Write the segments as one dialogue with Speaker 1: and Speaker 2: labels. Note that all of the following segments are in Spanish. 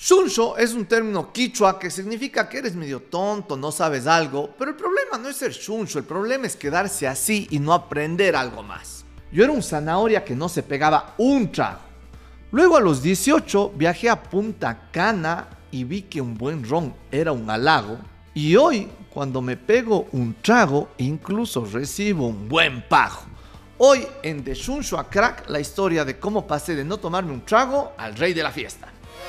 Speaker 1: Shuncho es un término quichua que significa que eres medio tonto, no sabes algo, pero el problema no es ser shuncho, el problema es quedarse así y no aprender algo más. Yo era un zanahoria que no se pegaba un trago. Luego a los 18 viajé a Punta Cana y vi que un buen ron era un halago. Y hoy, cuando me pego un trago, incluso recibo un buen pajo. Hoy en De Shuncho a Crack, la historia de cómo pasé de no tomarme un trago al rey de la fiesta.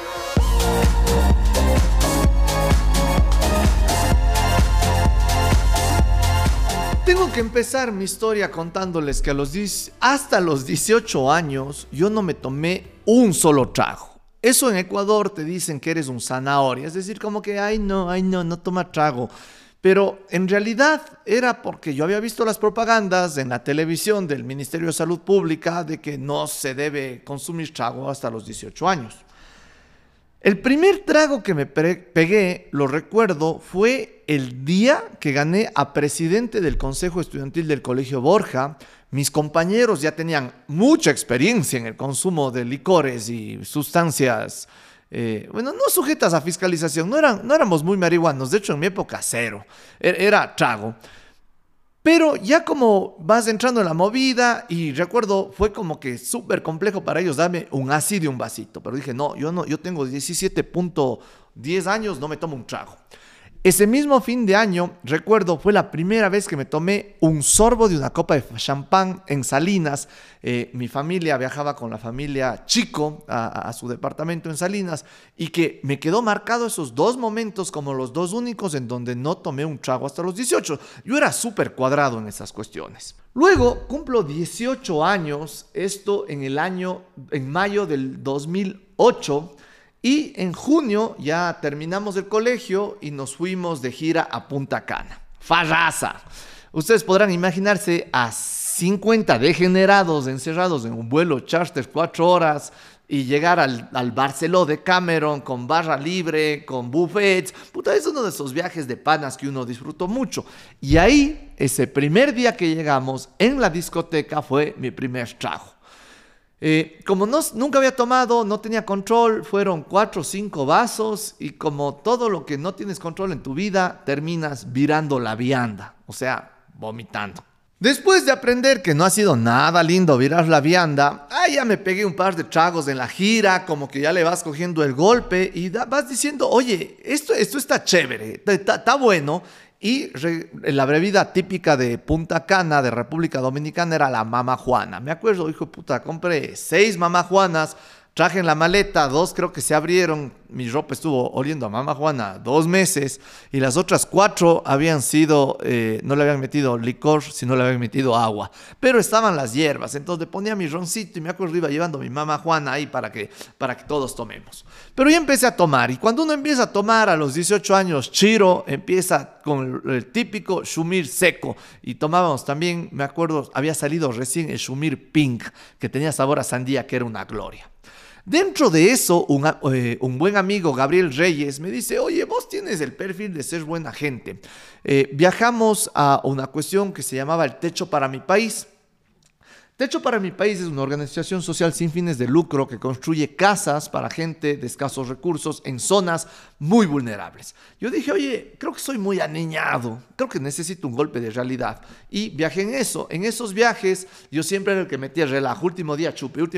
Speaker 1: Tengo que empezar mi historia contándoles que hasta los 18 años yo no me tomé un solo trago. Eso en Ecuador te dicen que eres un zanahoria, es decir, como que ay no, no toma trago. Pero en realidad era porque yo había visto las propagandas en la televisión del Ministerio de Salud Pública de que no se debe consumir trago hasta los 18 años. El primer trago que me pegué, lo recuerdo, fue el día que gané a presidente del Consejo Estudiantil del Colegio Borja. Mis compañeros ya tenían mucha experiencia en el consumo de licores y sustancias, no sujetas a fiscalización, no éramos muy marihuanos, de hecho en mi época cero, era trago. Pero ya como vas entrando en la movida y recuerdo, fue como que súper complejo para ellos darme un así de un vasito. Pero dije, no, yo tengo 17.10 años, no me tomo un trago. Ese mismo fin de año, recuerdo, fue la primera vez que me tomé un sorbo de una copa de champán en Salinas. Mi familia viajaba con la familia Chico a su departamento en Salinas y que me quedó marcado esos dos momentos como los dos únicos en donde no tomé un trago hasta los 18. Yo era súper cuadrado en esas cuestiones. Luego cumplo 18 años, esto en mayo del 2008. Y en junio ya terminamos el colegio y nos fuimos de gira a Punta Cana. Farraza. Ustedes podrán imaginarse a 50 degenerados encerrados en un vuelo charter 4 horas y llegar al Barceló de Cameron con barra libre, con buffets. Puta, es uno de esos viajes de panas que uno disfrutó mucho. Y ahí, ese primer día que llegamos en la discoteca fue mi primer trago. Como nunca había tomado, no tenía control, fueron 4 o 5 vasos y como todo lo que no tienes control en tu vida, terminas virando la vianda, o sea, vomitando. Después de aprender que no ha sido nada lindo virar la vianda, ya me pegué un par de tragos en la gira, como que ya le vas cogiendo el golpe y vas diciendo, oye, esto está chévere, está bueno. Y la bebida típica de Punta Cana, de República Dominicana, era la Mama Juana. Me acuerdo, hijo de puta, compré 6 Mama Juanas, traje en la maleta, 2 creo que se abrieron. Mi ropa estuvo oliendo a Mama Juana 2 meses y las otras 4 habían sido, no le habían metido licor, sino le habían metido agua. Pero estaban las hierbas, entonces le ponía mi roncito y me acuerdo iba llevando mi Mama Juana ahí para que todos tomemos. Pero ya empecé a tomar y cuando uno empieza a tomar a los 18 años, chiro, empieza con el típico shumir seco y tomábamos también, me acuerdo, había salido recién el shumir pink que tenía sabor a sandía que era una gloria. Dentro de eso, un buen amigo, Gabriel Reyes, me dice, oye, vos tienes el perfil de ser buena gente. Viajamos a una cuestión que se llamaba el Techo para mi País. Techo para mi País es una organización social sin fines de lucro que construye casas para gente de escasos recursos en zonas muy vulnerables. Yo dije, oye, creo que soy muy aniñado, creo que necesito un golpe de realidad. Y viajé en eso. En esos viajes yo siempre era el que metía relajo. Último día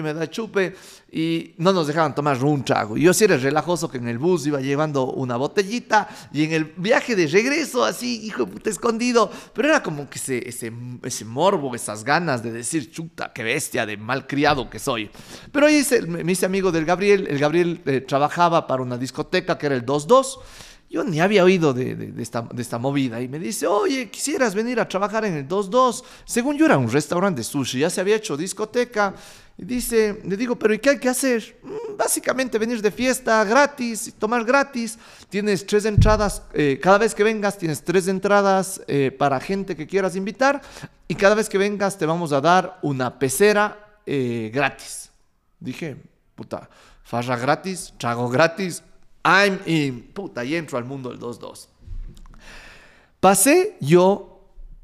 Speaker 1: chupe y no nos dejaban tomar un trago. Y yo sí era relajoso que en el bus iba llevando una botellita y en el viaje de regreso así, hijo de puta, escondido. Pero era como que ese morbo, esas ganas de decir, chuta, qué bestia de malcriado que soy. Pero ahí me hice amigo del Gabriel. El Gabriel trabajaba para una discoteca que era el 22. Yo ni había oído de esta movida y me dice, oye, ¿quisieras venir a trabajar en el 22? Según yo era un restaurante de sushi, ya se había hecho discoteca. Y le digo, ¿pero y qué hay que hacer? Básicamente venir de fiesta gratis, tomar gratis. Tienes 3 entradas, cada vez que vengas tienes 3 entradas para gente que quieras invitar. Y cada vez que vengas te vamos a dar una pecera gratis. Dije, puta, farra gratis, trago gratis, I'm in. Puta, y entro al mundo del 2-2. Pasé yo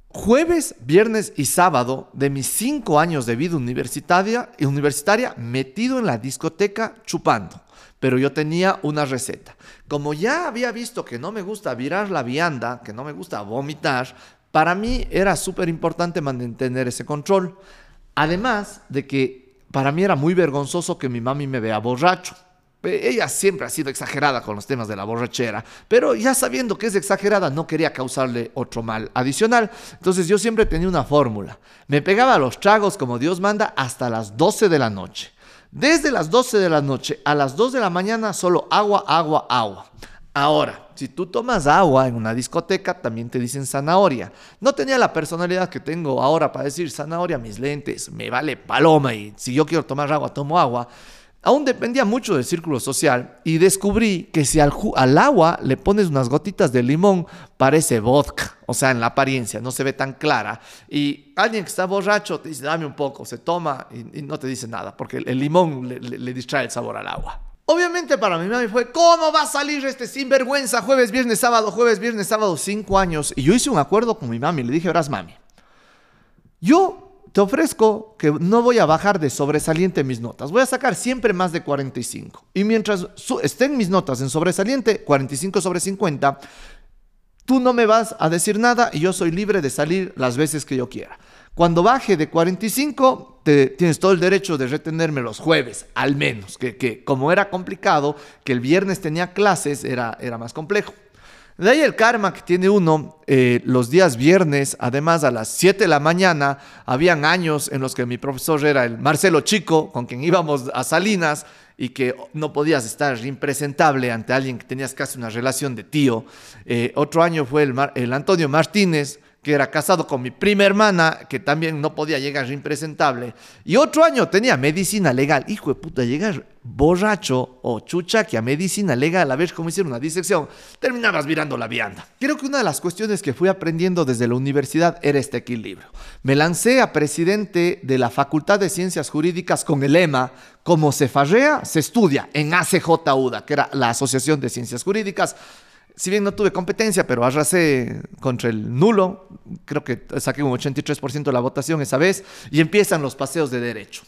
Speaker 1: jueves, viernes y sábado de mis 5 años de vida universitaria metido en la discoteca chupando. Pero yo tenía una receta. Como ya había visto que no me gusta virar la vianda, que no me gusta vomitar, para mí era súper importante mantener ese control. Además de que para mí era muy vergonzoso que mi mami me vea borracho. Ella siempre ha sido exagerada con los temas de la borrachera, pero ya sabiendo que es exagerada no quería causarle otro mal adicional. Entonces yo siempre tenía una fórmula. Me pegaba los tragos como Dios manda hasta las 12 de la noche. Desde las 12 de la noche a las 2 de la mañana solo agua, agua, agua. Ahora, si tú tomas agua en una discoteca, también te dicen zanahoria. No tenía la personalidad que tengo ahora para decir zanahoria, mis lentes, me vale paloma y si yo quiero tomar agua, tomo agua. Aún dependía mucho del círculo social y descubrí que si al agua le pones unas gotitas de limón, parece vodka. O sea, en la apariencia, no se ve tan clara. Y alguien que está borracho te dice, dame un poco, se toma y no te dice nada, porque el limón le distrae el sabor al agua. Obviamente para mi mami fue, ¿cómo va a salir este sinvergüenza jueves, viernes, sábado, 5 años? Y yo hice un acuerdo con mi mami, le dije, verás mami, yo te ofrezco que no voy a bajar de sobresaliente mis notas. Voy a sacar siempre más de 45. Y mientras estén mis notas en sobresaliente, 45 sobre 50, tú no me vas a decir nada y yo soy libre de salir las veces que yo quiera. Cuando baje de 45, tienes todo el derecho de retenerme los jueves, al menos. Que como era complicado, que el viernes tenía clases, era más complejo. De ahí el karma que tiene uno los días viernes, además a las 7 de la mañana, habían años en los que mi profesor era el Marcelo Chico, con quien íbamos a Salinas y que no podías estar impresentable ante alguien que tenías casi una relación de tío. Otro año fue el Antonio Martínez, que era casado con mi prima hermana, que también no podía llegar impresentable. Y otro año tenía medicina legal. Hijo de puta, llegar borracho o chuchaqui a medicina legal, a ver cómo hicieron una disección, terminabas virando la vianda. Creo que una de las cuestiones que fui aprendiendo desde la universidad era este equilibrio. Me lancé a presidente de la Facultad de Ciencias Jurídicas con el lema, como se farrea, se estudia, en ACJUDA, que era la Asociación de Ciencias Jurídicas. Si bien no tuve competencia, pero arrasé contra el nulo, creo que saqué un 83% de la votación esa vez, y empiezan los paseos de derecho.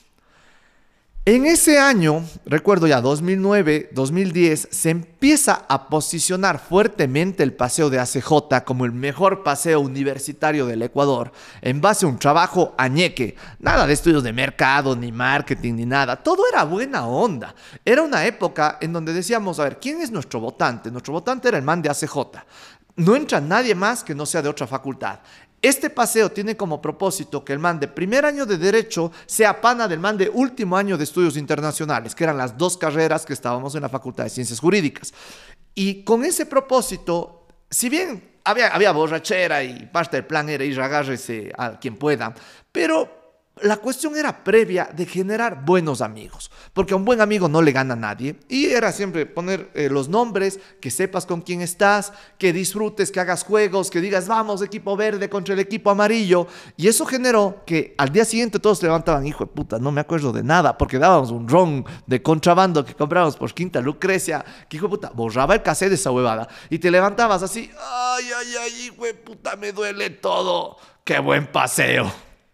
Speaker 1: En ese año, recuerdo ya 2009, 2010, se empieza a posicionar fuertemente el paseo de ACJ como el mejor paseo universitario del Ecuador, en base a un trabajo añeque, nada de estudios de mercado, ni marketing, ni nada, todo era buena onda. Era una época en donde decíamos, a ver, ¿quién es nuestro votante? Nuestro votante era el man de ACJ. No entra nadie más que no sea de otra facultad. Este paseo tiene como propósito que el man de primer año de Derecho sea pana del man de último año de Estudios Internacionales, que eran las dos carreras que estábamos en la Facultad de Ciencias Jurídicas. Y con ese propósito, si bien había borrachera y parte del plan era ir a agárrese a quien pueda, pero la cuestión era previa de generar buenos amigos, porque a un buen amigo no le gana nadie, y era siempre poner los nombres, que sepas con quién estás, que disfrutes, que hagas juegos, que digas vamos equipo verde contra el equipo amarillo, y eso generó que al día siguiente todos se levantaban, hijo de puta, no me acuerdo de nada, porque dábamos un ron de contrabando que comprábamos por Quinta Lucrecia, que hijo de puta, borraba el cassette de esa huevada, y te levantabas así, ay, ay, ay, hijo de puta, me duele todo, qué buen paseo.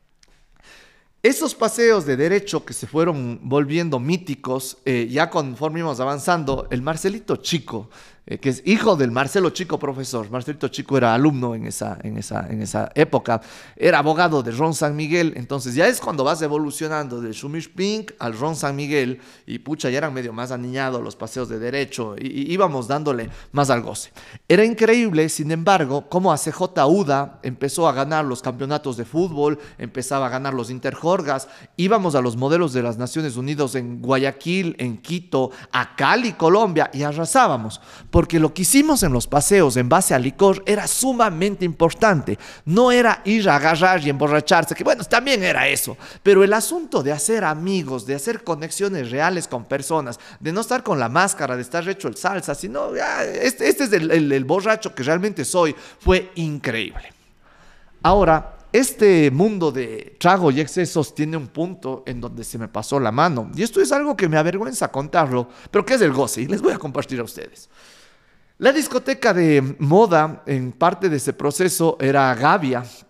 Speaker 1: Esos paseos de derecho que se fueron volviendo míticos, ya conforme íbamos avanzando, el Marcelito Chico, que es hijo del Marcelo Chico profesor. Marcelito Chico era alumno en esa época, era abogado de Ron San Miguel, entonces ya es cuando vas evolucionando del Shumish Pink al Ron San Miguel, y pucha, ya eran medio más aniñados los paseos de derecho, y íbamos dándole más al goce. Era increíble, sin embargo, cómo ACJUDA empezó a ganar los campeonatos de fútbol, empezaba a ganar los interjorgas, íbamos a los modelos de las Naciones Unidas en Guayaquil, en Quito, a Cali, Colombia, y arrasábamos. Porque lo que hicimos en los paseos en base al licor era sumamente importante. No era ir a agarrar y emborracharse, que bueno, también era eso. Pero el asunto de hacer amigos, de hacer conexiones reales con personas, de no estar con la máscara, de estar hecho el salsa, sino este es el borracho que realmente soy, fue increíble. Ahora, este mundo de trago y excesos tiene un punto en donde se me pasó la mano. Y esto es algo que me avergüenza contarlo, pero que es el goce, y les voy a compartir a ustedes. La discoteca de moda, en parte de ese proceso, era Gavia.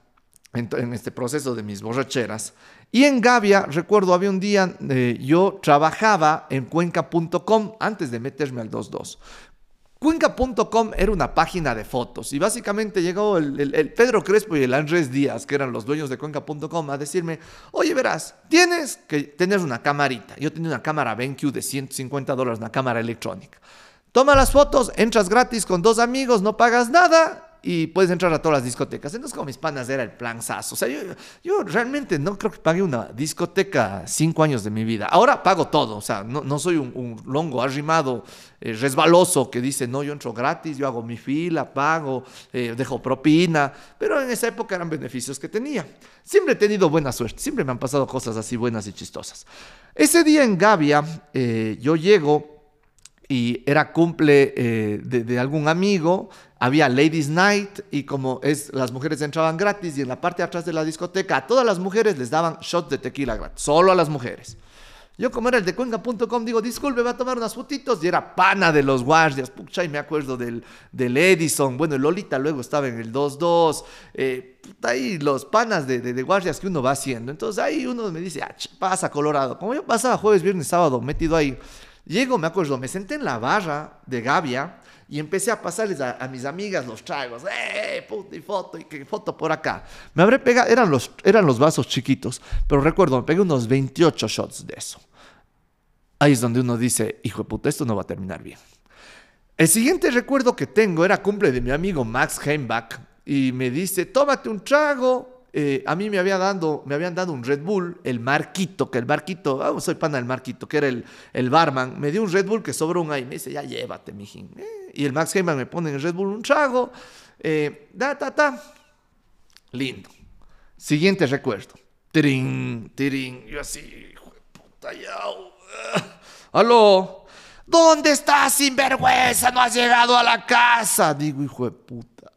Speaker 1: en este proceso de mis borracheras. Y en Gavia, recuerdo, había un día, yo trabajaba en Cuenca.com antes de meterme al 22. Cuenca.com era una página de fotos y básicamente llegó el Pedro Crespo y el Andrés Díaz, que eran los dueños de Cuenca.com, a decirme, oye, verás, tienes que tener una camarita. Yo tenía una cámara BenQ de $150, una cámara electrónica. Toma las fotos, entras gratis con 2 amigos, no pagas nada y puedes entrar a todas las discotecas. Entonces, como mis panas, era el planzazo. O sea, yo realmente no creo que pagué una discoteca 5 años de mi vida. Ahora pago todo. O sea, no soy un longo arrimado, resbaloso, que dice, no, yo entro gratis, yo hago mi fila, pago, dejo propina. Pero en esa época eran beneficios que tenía. Siempre he tenido buena suerte. Siempre me han pasado cosas así buenas y chistosas. Ese día en Gavia, yo llego y era cumple de algún amigo, había Ladies Night y como las mujeres entraban gratis y en la parte de atrás de la discoteca a todas las mujeres les daban shots de tequila gratis, solo a las mujeres. Yo como era el de Cuenca.com digo, disculpe, va a tomar unas fotitos y era pana de los guardias, pucha, y me acuerdo del Edison, bueno, el Lolita luego estaba en el 22, ahí los panas de guardias que uno va haciendo. Entonces ahí uno me dice, pasa Colorado, como yo pasaba jueves, viernes, sábado metido ahí. Llego, me acuerdo, me senté en la barra de Gavia y empecé a pasarles a mis amigas los tragos. Puta, y foto, y que foto por acá. Me habré pegado, eran los vasos chiquitos, pero recuerdo, me pegué unos 28 shots de eso. Ahí es donde uno dice, hijo de puta, esto no va a terminar bien. El siguiente recuerdo que tengo era cumple de mi amigo Max Heimbach y me dice, tómate un trago. A mí me habían dado un Red Bull, el Marquito, soy pana del Marquito, que era el barman, me dio un Red Bull que sobró un ahí, me dice, ya llévate, mijín. Y el Max Heimbach me pone en el Red Bull un trago, lindo. Siguiente recuerdo, tirín, yo así, hijo de puta, ya. Aló, ¿dónde estás, sinvergüenza? No has llegado a la casa. Digo, hijo de puta,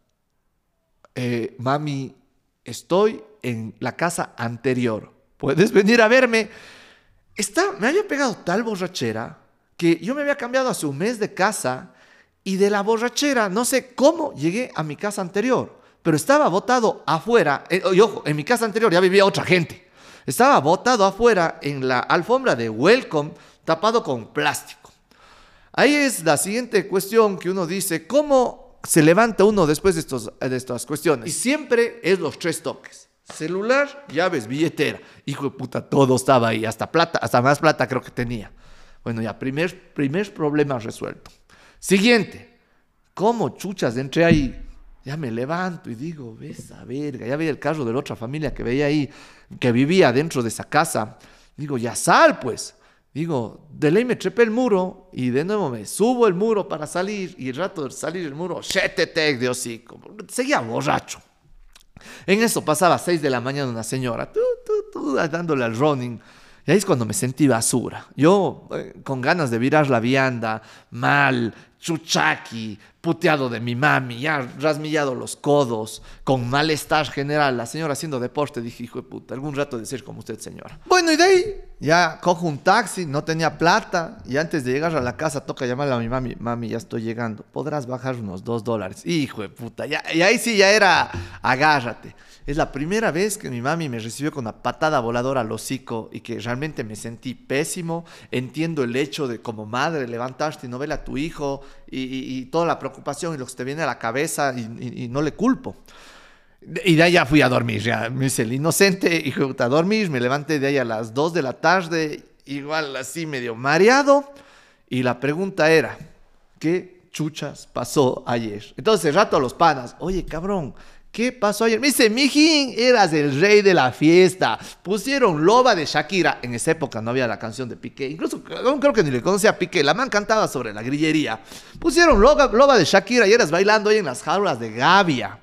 Speaker 1: mami, estoy en la casa anterior. ¿Puedes venir a verme? Me había pegado tal borrachera que yo me había cambiado hace un mes de casa y de la borrachera, no sé cómo llegué a mi casa anterior, pero estaba botado afuera. Y ojo, en mi casa anterior ya vivía otra gente. Estaba botado afuera en la alfombra de welcome, tapado con plástico. Ahí es la siguiente cuestión que uno dice, ¿cómo se levanta uno después de estas cuestiones? Y siempre es los 3 toques: celular, llaves, billetera. Hijo de puta, todo estaba ahí, hasta plata, hasta más plata creo que tenía. Bueno, ya, primer problema resuelto. Siguiente, ¿cómo chuchas entré ahí? Ya me levanto y digo, esa verga, ya veía el carro de la otra familia que veía ahí, que vivía dentro de esa casa. Digo, ya sal pues. Digo, de ley me trepé el muro y de nuevo me subo el muro para salir y el rato de salir el muro, shetete de hocico. Seguía borracho. En eso pasaba 6 de la mañana una señora, dándole al running. Y ahí es cuando me sentí basura. Yo con ganas de virar la vianda, mal, chuchaqui, puteado de mi mami, ya rasmillado los codos, con malestar general. La señora haciendo deporte, dije, hijo de puta, algún rato de ser como usted, señora. Bueno, y de ahí ya cojo un taxi, no tenía plata, y antes de llegar a la casa toca llamarle a mi mami, mami, ya estoy llegando, ¿podrás bajar unos $2? Hijo de puta, y ahí sí ya era, agárrate. Es la primera vez que mi mami me recibió con una patada voladora al hocico y que realmente me sentí pésimo. Entiendo el hecho de, como madre, levantarte y no ver a tu hijo y toda la preocupación y lo que te viene a la cabeza y no le culpo. Y de ahí ya fui a dormir, ya me hice el inocente, hijo de puta, a dormir. Me levanté de ahí a las 2 de la tarde, igual así medio mareado. Y la pregunta era, ¿qué chuchas pasó ayer? Entonces, rato a los panas, oye, cabrón, ¿qué pasó ayer? Me dice, mijín, eras el rey de la fiesta. Pusieron Loba de Shakira. En esa época no había la canción de Piqué. Incluso creo que ni le conocía a Piqué. La man cantaba sobre la grillería. Pusieron Loba de Shakira y eras bailando ahí en las jaulas de Gavia.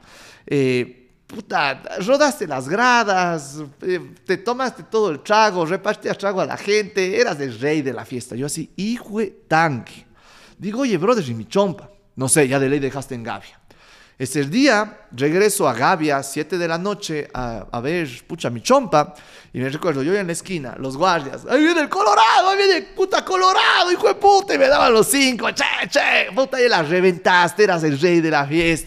Speaker 1: Puta, rodaste las gradas, te tomaste todo el trago, repartías trago a la gente. Eras el rey de la fiesta. Yo así, hijo de tanque. Digo, oye, brother, y mi chompa. No sé, ya de ley dejaste en Gavia. Ese día regreso a Gavia, 7 de la noche, a ver, pucha, mi chompa. Y me recuerdo, yo en la esquina, los guardias. ¡Ahí viene el Colorado! ¡Ahí viene puta Colorado, hijo de puta! Y me daban los 5. ¡Che! Puta, ya la reventaste, eras el rey de la fiesta.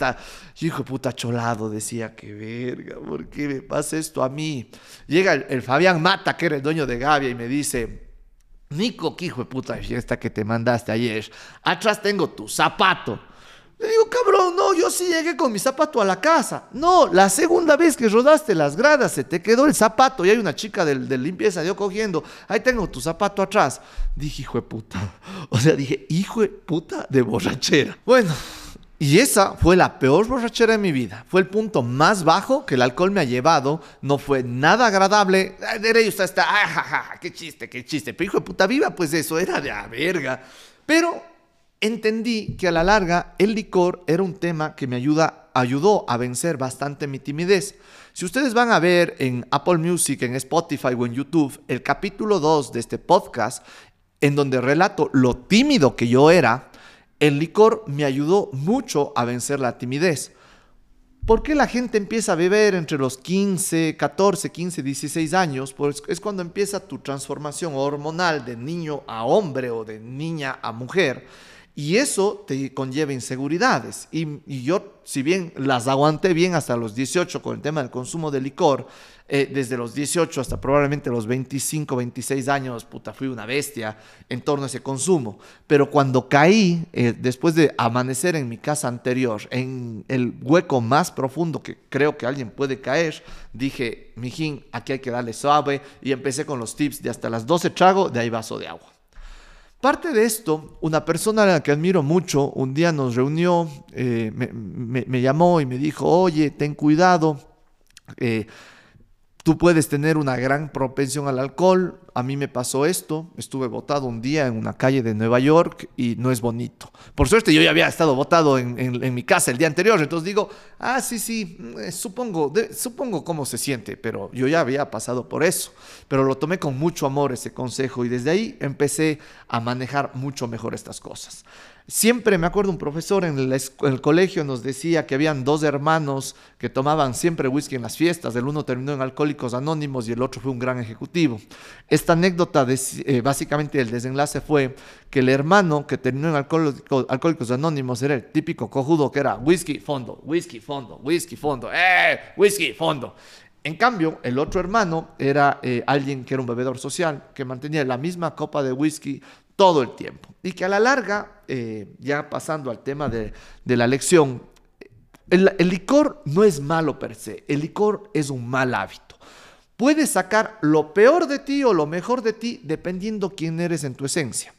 Speaker 1: Yo, hijo de puta cholado, decía, qué verga, ¿por qué me pasa esto a mí? Llega el Fabián Mata, que era el dueño de Gavia, y me dice, Nico, qué hijo de puta fiesta que te mandaste ayer. Atrás tengo tu zapato. Le digo, cabrón, no, yo sí llegué con mi zapato a la casa. No, la segunda vez que rodaste las gradas se te quedó el zapato y hay una chica de limpieza, yo cogiendo, ahí tengo tu zapato atrás. Dije, hijo de puta. O sea, dije, hijo de puta de borrachera. Bueno, y esa fue la peor borrachera de mi vida. Fue el punto más bajo que el alcohol me ha llevado. No fue nada agradable. De ellos está, qué chiste, qué chiste. Pero hijo de puta viva, pues eso era de a verga. Pero entendí que a la larga el licor era un tema que me ayudó a vencer bastante mi timidez. Si ustedes van a ver en Apple Music, en Spotify o en YouTube el capítulo 2 de este podcast, en donde relato lo tímido que yo era, el licor me ayudó mucho a vencer la timidez. ¿Por qué la gente empieza a beber entre los 15, 14, 15, 16 años? Pues es cuando empieza tu transformación hormonal de niño a hombre o de niña a mujer. Y eso te conlleva inseguridades. Y yo, si bien las aguanté bien hasta los 18 con el tema del consumo de licor, desde los 18 hasta probablemente los 25, 26 años, puta, fui una bestia en torno a ese consumo. Pero cuando caí, después de amanecer en mi casa anterior, en el hueco más profundo que creo que alguien puede caer, dije, mijín, aquí hay que darle suave. Y empecé con los tips de hasta las 12 trago, de ahí vaso de agua. Parte de esto, una persona a la que admiro mucho, un día nos reunió, me llamó y me dijo, oye, ten cuidado, tú puedes tener una gran propensión al alcohol. A mí me pasó esto, estuve botado un día en una calle de Nueva York y no es bonito. Por suerte yo ya había estado botado en mi casa el día anterior, entonces digo, sí, supongo cómo se siente, pero yo ya había pasado por eso. Pero lo tomé con mucho amor ese consejo y desde ahí empecé a manejar mucho mejor estas cosas. Siempre me acuerdo un profesor en el colegio nos decía que habían dos hermanos que tomaban siempre whisky en las fiestas. El uno terminó en Alcohólicos Anónimos y el otro fue un gran ejecutivo. Esta anécdota, básicamente el desenlace fue que el hermano que terminó en Alcohólicos Anónimos era el típico cojudo que era whisky, fondo, whisky, fondo, whisky, fondo, whisky, fondo. En cambio, el otro hermano era alguien que era un bebedor social, que mantenía la misma copa de whisky todo el tiempo. Y que a la larga, ya pasando al tema de la lección, el licor no es malo per se, el licor es un mal hábito. Puedes sacar lo peor de ti o lo mejor de ti dependiendo quién eres en tu esencia.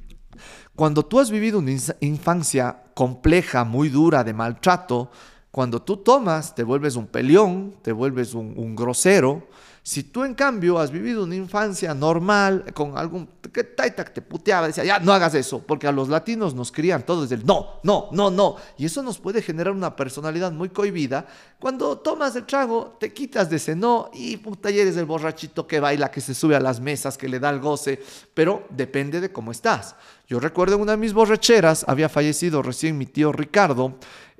Speaker 1: Cuando tú has vivido una infancia compleja, muy dura, de maltrato, cuando tú tomas, te vuelves un peleón, te vuelves un grosero. Si tú, en cambio, has vivido una infancia normal, con algún que te puteaba, decía, ya no hagas eso, porque a los latinos nos crían todos del no, no, no, no. Y eso nos puede generar una personalidad muy cohibida. Cuando tomas el trago, te quitas de ese no y puta, ya eres el borrachito que baila, que se sube a las mesas, que le da el goce, pero depende de cómo estás. Yo recuerdo en una de mis borracheras, había fallecido recién mi tío Ricardo,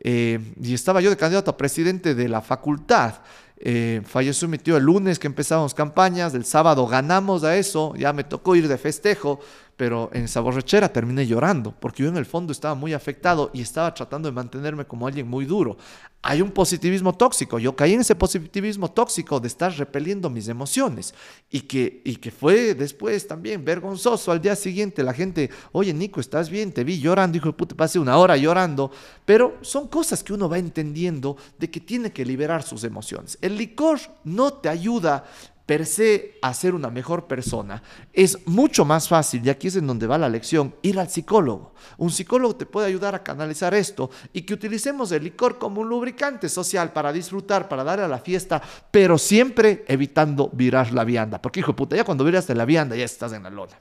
Speaker 1: y estaba yo de candidato a presidente de la facultad. Falleció mi tío el lunes que empezábamos campañas, el sábado ganamos a eso, ya me tocó ir de festejo, pero en esa borrachera terminé llorando, porque yo en el fondo estaba muy afectado y estaba tratando de mantenerme como alguien muy duro. Hay un positivismo tóxico, yo caí en ese positivismo tóxico de estar repeliendo mis emociones y que fue después también vergonzoso. Al día siguiente la gente, oye Nico, ¿estás bien? Te vi llorando, hijo de puta, pasé una hora llorando, pero son cosas que uno va entendiendo de que tiene que liberar sus emociones. El licor no te ayuda per se a ser una mejor persona. Es mucho más fácil, y aquí es en donde va la lección, ir al psicólogo. Un psicólogo te puede ayudar a canalizar esto y que utilicemos el licor como un lubricante social para disfrutar, para dar a la fiesta, pero siempre evitando virar la vianda, porque hijo de puta, ya cuando viras de la vianda ya estás en la lona.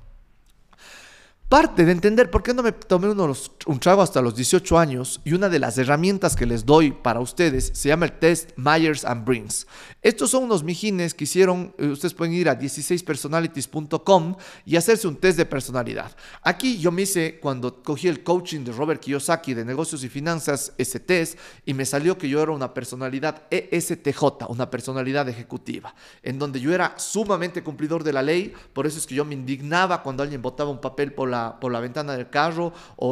Speaker 1: Parte de entender por qué no me tomé un trago hasta los 18 años, y una de las herramientas que les doy para ustedes se llama el test Myers-Briggs. Estos son unos mijines que hicieron, ustedes pueden ir a 16personalities.com y hacerse un test de personalidad. Aquí yo me hice, cuando cogí el coaching de Robert Kiyosaki de negocios y finanzas, ese test, y me salió que yo era una personalidad ESTJ, una personalidad ejecutiva, en donde yo era sumamente cumplidor de la ley. Por eso es que yo me indignaba cuando alguien botaba un papel por la por la ventana del carro,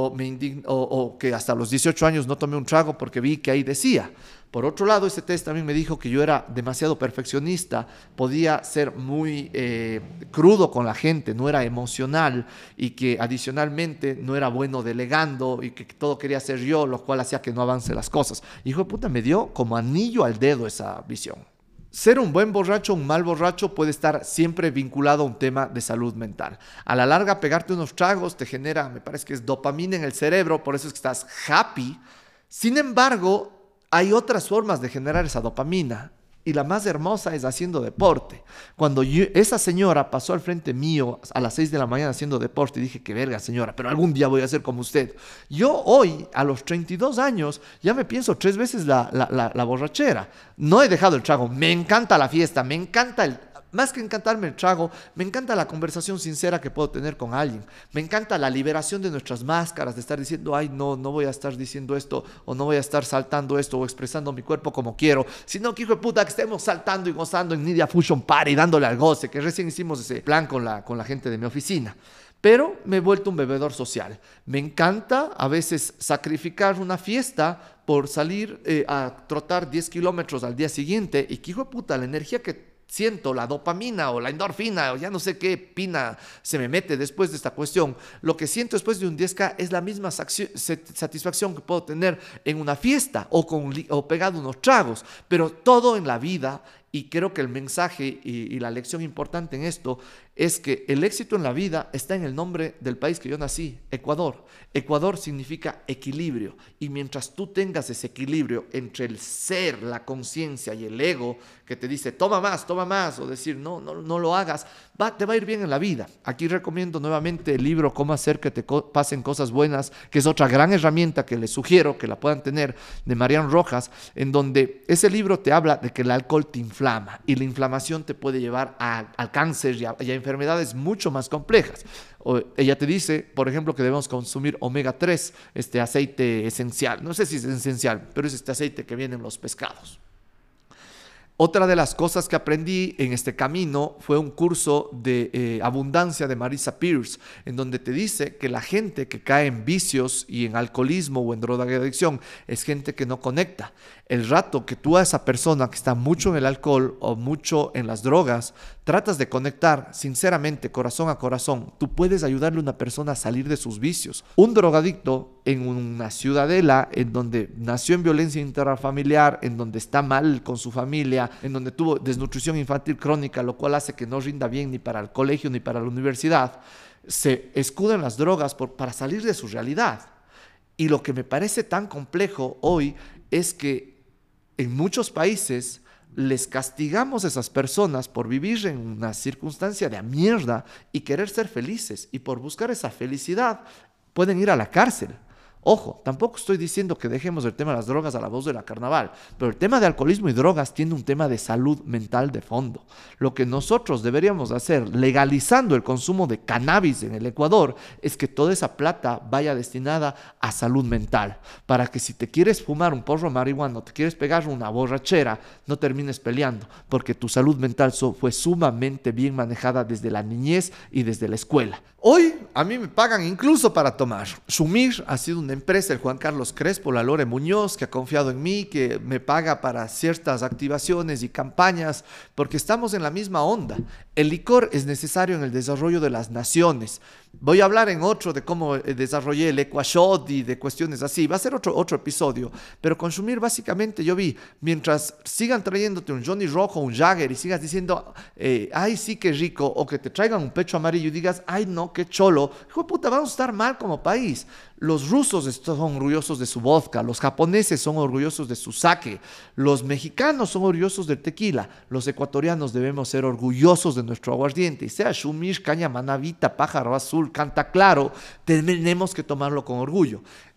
Speaker 1: o que hasta los 18 años no tomé un trago porque vi que ahí decía. Por otro lado, ese test también me dijo que yo era demasiado perfeccionista, podía ser muy crudo con la gente, no era emocional, y que adicionalmente no era bueno delegando y que todo quería hacer yo, lo cual hacía que no avance las cosas. Hijo de puta, me dio como anillo al dedo esa visión. Ser un buen borracho o un mal borracho puede estar siempre vinculado a un tema de salud mental. A la larga, pegarte unos tragos te genera, me parece que es dopamina en el cerebro, por eso es que estás happy. Sin embargo, hay otras formas de generar esa dopamina, y la más hermosa es haciendo deporte. Cuando esa señora pasó al frente mío a las 6 de la mañana haciendo deporte, dije, qué verga señora, pero algún día voy a ser como usted. Yo hoy, a los 32 años, ya me pienso 3 veces la borrachera. No he dejado el trago, me encanta la fiesta, me encanta más que encantarme el trago, me encanta la conversación sincera que puedo tener con alguien. Me encanta la liberación de nuestras máscaras, de estar diciendo, ay, no voy a estar diciendo esto, o no voy a estar saltando esto, o expresando mi cuerpo como quiero, sino que, hijo de puta, que estemos saltando y gozando en Nidia Fusion Party, dándole al goce, que recién hicimos ese plan con la gente de mi oficina. Pero me he vuelto un bebedor social. Me encanta a veces sacrificar una fiesta por salir a trotar 10 kilómetros al día siguiente, y que, hijo de puta, la energía que siento, la dopamina o la endorfina o ya no sé qué pina se me mete después de esta cuestión, lo que siento después de un 10K es la misma satisfacción que puedo tener en una fiesta o pegado unos tragos, pero todo en la vida. Y creo que el mensaje y la lección importante en esto es que el éxito en la vida está en el nombre del país que yo nací, Ecuador. Ecuador significa equilibrio, y mientras tú tengas ese equilibrio entre el ser, la conciencia y el ego que te dice toma más, o decir no lo hagas, te va a ir bien en la vida. Aquí recomiendo nuevamente el libro Cómo hacer que te pasen cosas buenas, que es otra gran herramienta que les sugiero que la puedan tener, de Marian Rojas, en donde ese libro te habla de que el alcohol te inflama, y la inflamación te puede llevar al cáncer y a enfermedades mucho más complejas. Ella te dice, por ejemplo, que debemos consumir omega 3, este aceite esencial. No sé si es esencial, pero es este aceite que viene en los pescados. Otra de las cosas que aprendí en este camino fue un curso de abundancia de Marisa Peers, en donde te dice que la gente que cae en vicios y en alcoholismo o en drogadicción es gente que no conecta. El rato que tú a esa persona que está mucho en el alcohol o mucho en las drogas, tratas de conectar sinceramente, corazón a corazón, tú puedes ayudarle a una persona a salir de sus vicios. Un drogadicto en una ciudadela en donde nació en violencia intrafamiliar, en donde está mal con su familia, en donde tuvo desnutrición infantil crónica, lo cual hace que no rinda bien ni para el colegio ni para la universidad, se escuda en las drogas para salir de su realidad. Y lo que me parece tan complejo hoy es que en muchos países les castigamos a esas personas por vivir en una circunstancia de mierda y querer ser felices, y por buscar esa felicidad pueden ir a la cárcel. Ojo, tampoco estoy diciendo que dejemos el tema de las drogas a la voz de la carnaval, pero el tema de alcoholismo y drogas tiene un tema de salud mental de fondo. Lo que nosotros deberíamos hacer, legalizando el consumo de cannabis en el Ecuador, es que toda esa plata vaya destinada a salud mental, para que si te quieres fumar un porro de marihuana o te quieres pegar una borrachera, no termines peleando, porque tu salud mental fue sumamente bien manejada desde la niñez y desde la escuela. Hoy a mí me pagan incluso para tomar. Shumir ha sido una empresa, el Juan Carlos Crespo, la Lore Muñoz, que ha confiado en mí, que me paga para ciertas activaciones y campañas, porque estamos en la misma onda. El licor es necesario en el desarrollo de las naciones. Voy a hablar en otro de cómo desarrollé el Equashot y de cuestiones así. Va a ser otro episodio. Pero consumir, básicamente, yo vi, mientras sigan trayéndote un Johnny Rojo, un Jagger, y sigas diciendo, ay, sí, qué rico, o que te traigan un pecho amarillo y digas, ay, no, qué cholo. Hijo de puta, vamos a estar mal como país. Los rusos son orgullosos de su vodka, los japoneses son orgullosos de su sake, los mexicanos son orgullosos del tequila, los ecuatorianos debemos ser orgullosos de nuestro aguardiente, y sea Shumir, caña, manavita, pájaro azul, canta claro, tenemos que tomarlo con orgullo.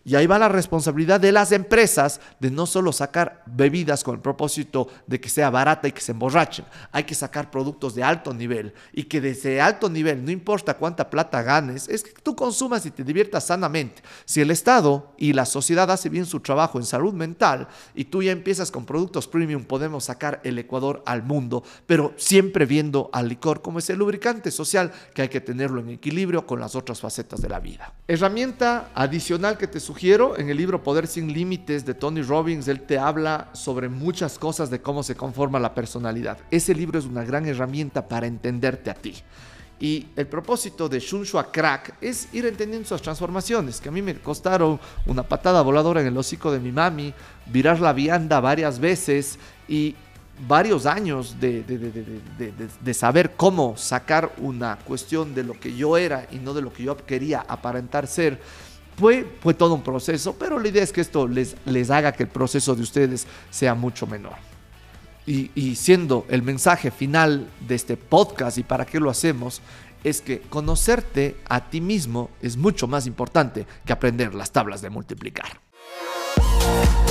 Speaker 1: Y ahí va la responsabilidad de las empresas de no solo sacar bebidas con el propósito de que sea barata y que se emborrachen. Hay que sacar productos de alto nivel y que de ese alto nivel, no importa cuánta plata ganes, es que tú consumas y te diviertas sanamente. Si el Estado y la sociedad hace bien su trabajo en salud mental y tú ya empiezas con productos premium, podemos sacar el Ecuador al mundo, pero siempre viendo al licor como ese lubricante social que hay que tenerlo en equilibrio con las otras facetas de la vida. Herramienta adicional que te sugiero, en el libro Poder sin Límites de Tony Robbins, él te habla sobre muchas cosas de cómo se conforma la personalidad. Ese libro es una gran herramienta para entenderte a ti. Y el propósito de Shun Shua Crack es ir entendiendo sus transformaciones, que a mí me costaron una patada voladora en el hocico de mi mami, virar la vianda varias veces y varios años de saber cómo sacar una cuestión de lo que yo era y no de lo que yo quería aparentar ser. Fue todo un proceso, pero la idea es que esto les haga que el proceso de ustedes sea mucho menor. Y siendo el mensaje final de este podcast y para qué lo hacemos, es que conocerte a ti mismo es mucho más importante que aprender las tablas de multiplicar.